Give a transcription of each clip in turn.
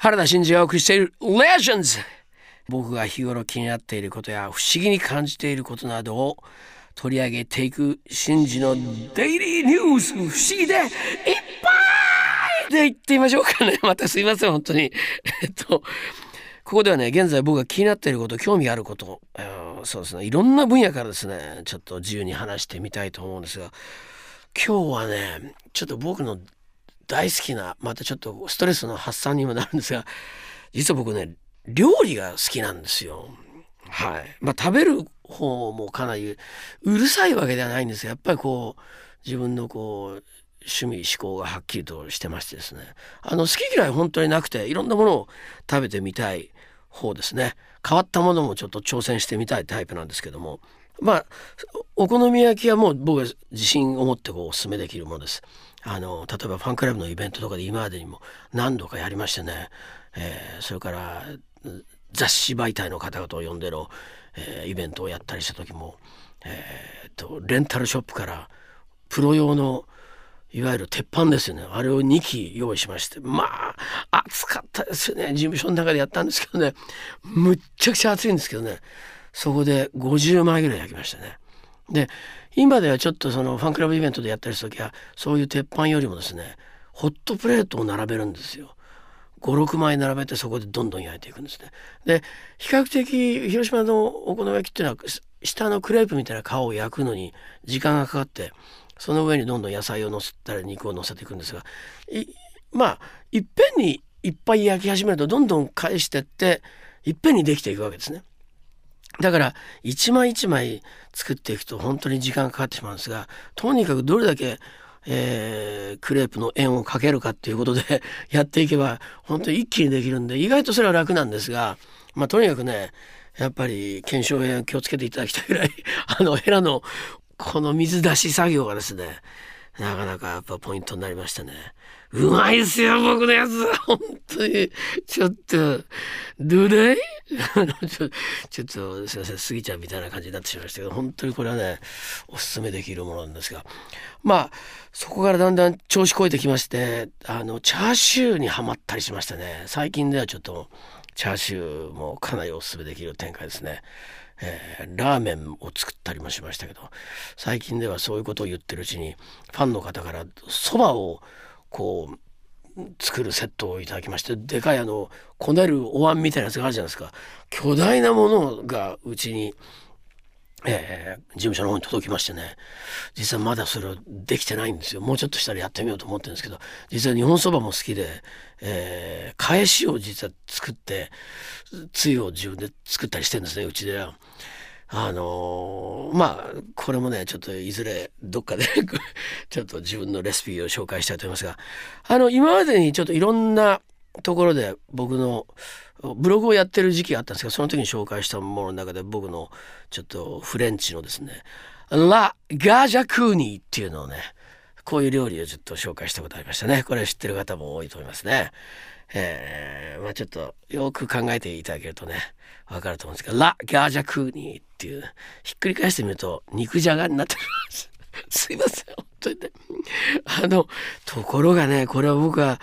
原田真二がお送りしている Legends。 僕が日頃気になっていることや不思議に感じていることなどを取り上げていく真二のデイリーニュース、不思議でいっぱいで言ってみましょうかね。またすいません本当にここではね、現在僕が気になっていること、興味あること、そうですね、いろんな分野からですね、ちょっと自由に話してみたいと思うんですが、今日はね、ちょっと僕の大好きな、またちょっとストレスの発散にもなるんですが、実は僕ね、料理が好きなんですよ。はい。食べる方もかなりうるさいわけではないんですが、やっぱり自分の趣味嗜好がはっきりとしてましてですね、好き嫌い本当になくて、いろんなものを食べてみたい方ですね。変わったものもちょっと挑戦してみたいタイプなんですけども、お好み焼きはもう僕は自信を持ってお勧めできるものです。例えばファンクラブのイベントとかで今までにも何度かやりましてね、それから雑誌媒体の方々を呼んでの、イベントをやったりした時も、レンタルショップからプロ用のいわゆる鉄板ですよね、あれを2機用意しまして、暑かったですよね。事務所の中でやったんですけどね、むっちゃくちゃ暑いんですけどね、そこで50枚ぐらい焼きましたね。で、今ではちょっとそのファンクラブイベントでやったりするときは、そういう鉄板よりもですね、ホットプレートを並べるんですよ。5、6枚並べて、そこでどんどん焼いていくんですね。で、比較的広島のお好み焼きっていうのは、下のクレープみたいな皮を焼くのに時間がかかって、その上にどんどん野菜を乗せたり肉を乗せていくんですが、いっぺんにいっぱい焼き始めるとどんどん返してっていっぺんにできていくわけですね。だから一枚一枚作っていくと本当に時間がかかってしまうんですが、とにかくどれだけ、クレープの円をかけるかっていうことでやっていけば本当に一気にできるんで、意外とそれは楽なんですが、とにかくね、やっぱり腱鞘炎気をつけていただきたいぐらいヘラのこの水出し作業がですね、なかなかやっぱポイントになりましたね。うまいですよ僕のやつ、本当にちょっとどれちょっとすいません、スギちゃんみたいな感じになってしまいましたけど、本当にこれはね、おすすめできるものなんですが、そこからだんだん調子こえてきまして、チャーシューにはまったりしましたね。最近ではちょっとチャーシューもかなりおすすめできる展開ですね。ラーメンを作ったりもしましたけど、最近ではそういうことを言ってるうちにファンの方からそばを作るセットをいただきまして、でかいこねるお椀みたいなやつがあるじゃないですか。巨大なものがうちに、事務所の方に届きましてね、実はまだそれをできてないんですよ。もうちょっとしたらやってみようと思ってるんですけど、実は日本そばも好きで、返しを実は作ってつゆを自分で作ったりしてるんですね、うちでは。これもね、ちょっといずれどっかでちょっと自分のレシピを紹介したいと思いますが、今までにちょっといろんなところで僕のブログをやってる時期があったんですが、その時に紹介したものの中で僕のちょっとフレンチのですね、ラ・ガージャクーニーっていうのをね、こういう料理をちょっと紹介したことありましたね。これ知ってる方も多いと思いますね。ちょっとよく考えていただけるとね、わかると思うんですけど、ラ・ガージャクーニーっていう、ひっくり返してみると肉じゃがになってますすいません本当にね。ところがね、これは僕は、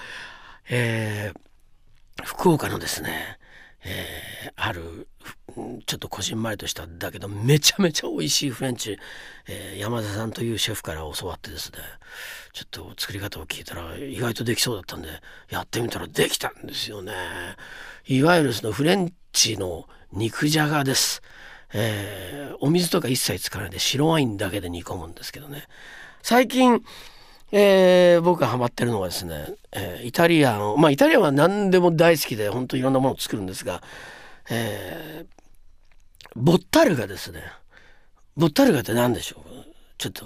福岡のですね、あるちょっとこじんまりとしただけどめちゃめちゃ美味しいフレンチ、山田さんというシェフから教わってですね、ちょっと作り方を聞いたら意外とできそうだったんでやってみたらできたんですよね。いわゆるそのフレンチの肉じゃがです。お水とか一切使わないで白ワインだけで煮込むんですけどね、最近僕がハマってるのはですね、イタリアン、イタリアンは何でも大好きで本当にいろんなものを作るんですが、ボッタルガですね。ボッタルガって何でしょう。ちょっと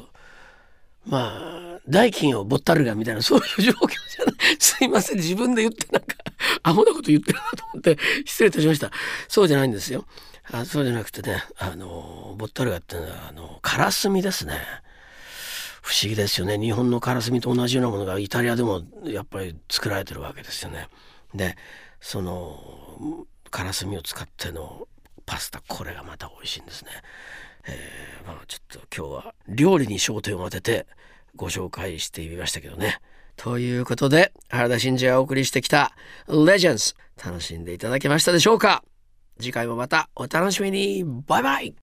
代金をボッタルガみたいなそういう状況じゃないすいません、自分で言ってアホなこと言ってるなと思って失礼いたしました。そうじゃないんですよ。そうじゃなくてね、ボッタルガってのはカラスミですね。不思議ですよね。日本のカラスミと同じようなものがイタリアでもやっぱり作られてるわけですよね。で、そのカラスミを使ってのパスタ、これがまた美味しいんですね。ちょっと今日は料理に焦点を当ててご紹介してみましたけどね、 ということで原田真二がお送りしてきた Legends 楽しんでいただけましたでしょうか。次回もまたお楽しみに。バイバイ。